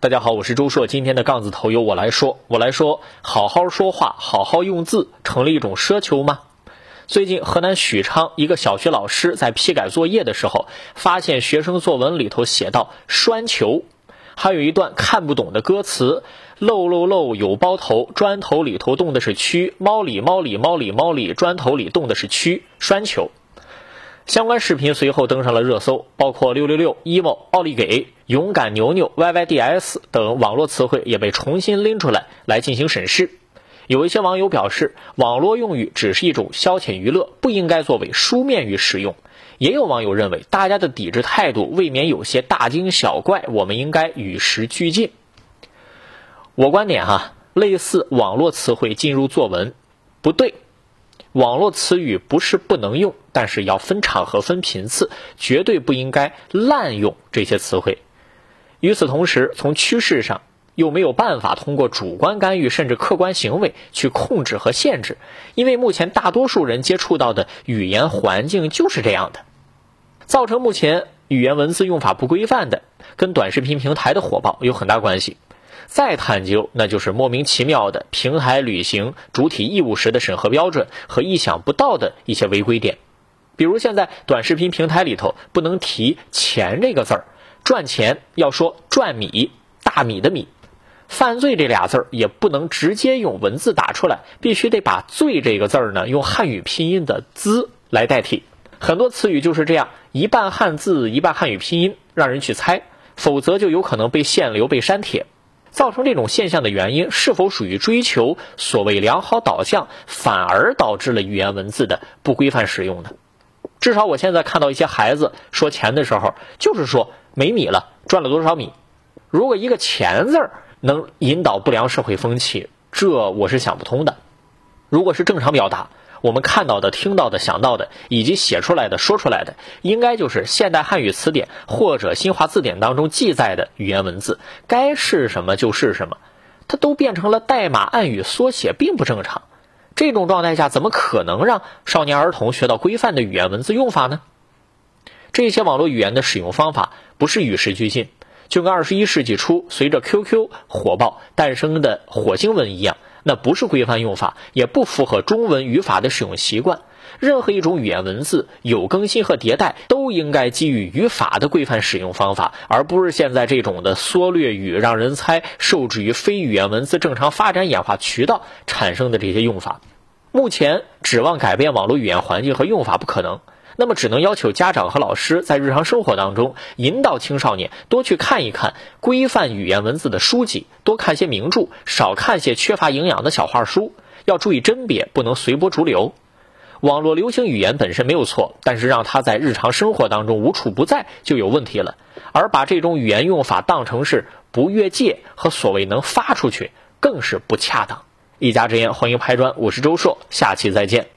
大家好，我是周硕，今天的杠子头由我来说。好好说话，好好用字，成了一种奢求吗？最近河南许昌一个小学老师在批改作业的时候，发现学生作文里头写到栓球，还有一段看不懂的歌词，漏漏漏有包头，砖头里头动的是蛆，猫里猫里猫里猫里，砖头里动的是蛆，栓球。相关视频随后登上了热搜，包括666、emo、奥利给、勇敢牛牛、YYDS 等网络词汇也被重新拎出来进行审视。有一些网友表示，网络用语只是一种消遣娱乐，不应该作为书面语使用。也有网友认为，大家的抵制态度未免有些大惊小怪，我们应该与时俱进。我观点类似网络词汇进入作文不对。网络词语不是不能用，但是要分场合分频次，绝对不应该滥用这些词汇。与此同时，从趋势上又没有办法通过主观干预甚至客观行为去控制和限制，因为目前大多数人接触到的语言环境就是这样的。造成目前语言文字用法不规范的，跟短视频平台的火爆有很大关系。再探究，那就是莫名其妙的平台履行主体义务时的审核标准和意想不到的一些违规点。比如现在短视频平台里头不能提钱这个字儿，赚钱要说赚米，大米的米。犯罪这俩字儿也不能直接用文字打出来，必须得把罪这个字儿呢用汉语拼音的滋来代替。很多词语就是这样，一半汉字一半汉语拼音，让人去猜，否则就有可能被限流被删帖。造成这种现象的原因是否属于追求所谓良好导向，反而导致了语言文字的不规范使用呢？至少我现在看到一些孩子说钱的时候，就是说没米了，赚了多少米。如果一个钱字能引导不良社会风气，这我是想不通的。如果是正常表达，我们看到的、听到的、想到的，以及写出来的、说出来的，应该就是现代汉语词典或者新华字典当中记载的语言文字，该是什么就是什么。它都变成了代码暗语缩写，并不正常。这种状态下，怎么可能让少年儿童学到规范的语言文字用法呢？这些网络语言的使用方法不是与时俱进，就跟21世纪初随着 QQ 火爆诞生的火星文一样，那不是规范用法，也不符合中文语法的使用习惯。任何一种语言文字有更新和迭代，都应该基于语法的规范使用方法，而不是现在这种的缩略语，让人猜，受制于非语言文字正常发展演化渠道产生的这些用法。目前指望改变网络语言环境和用法不可能，那么只能要求家长和老师在日常生活当中引导青少年多去看一看规范语言文字的书籍，多看些名著，少看些缺乏营养的小话书，要注意甄别，不能随波逐流。网络流行语言本身没有错，但是让它在日常生活当中无处不在就有问题了，而把这种语言用法当成是不越界和所谓能发出去，更是不恰当。一家之言，欢迎拍砖，我是周硕，下期再见。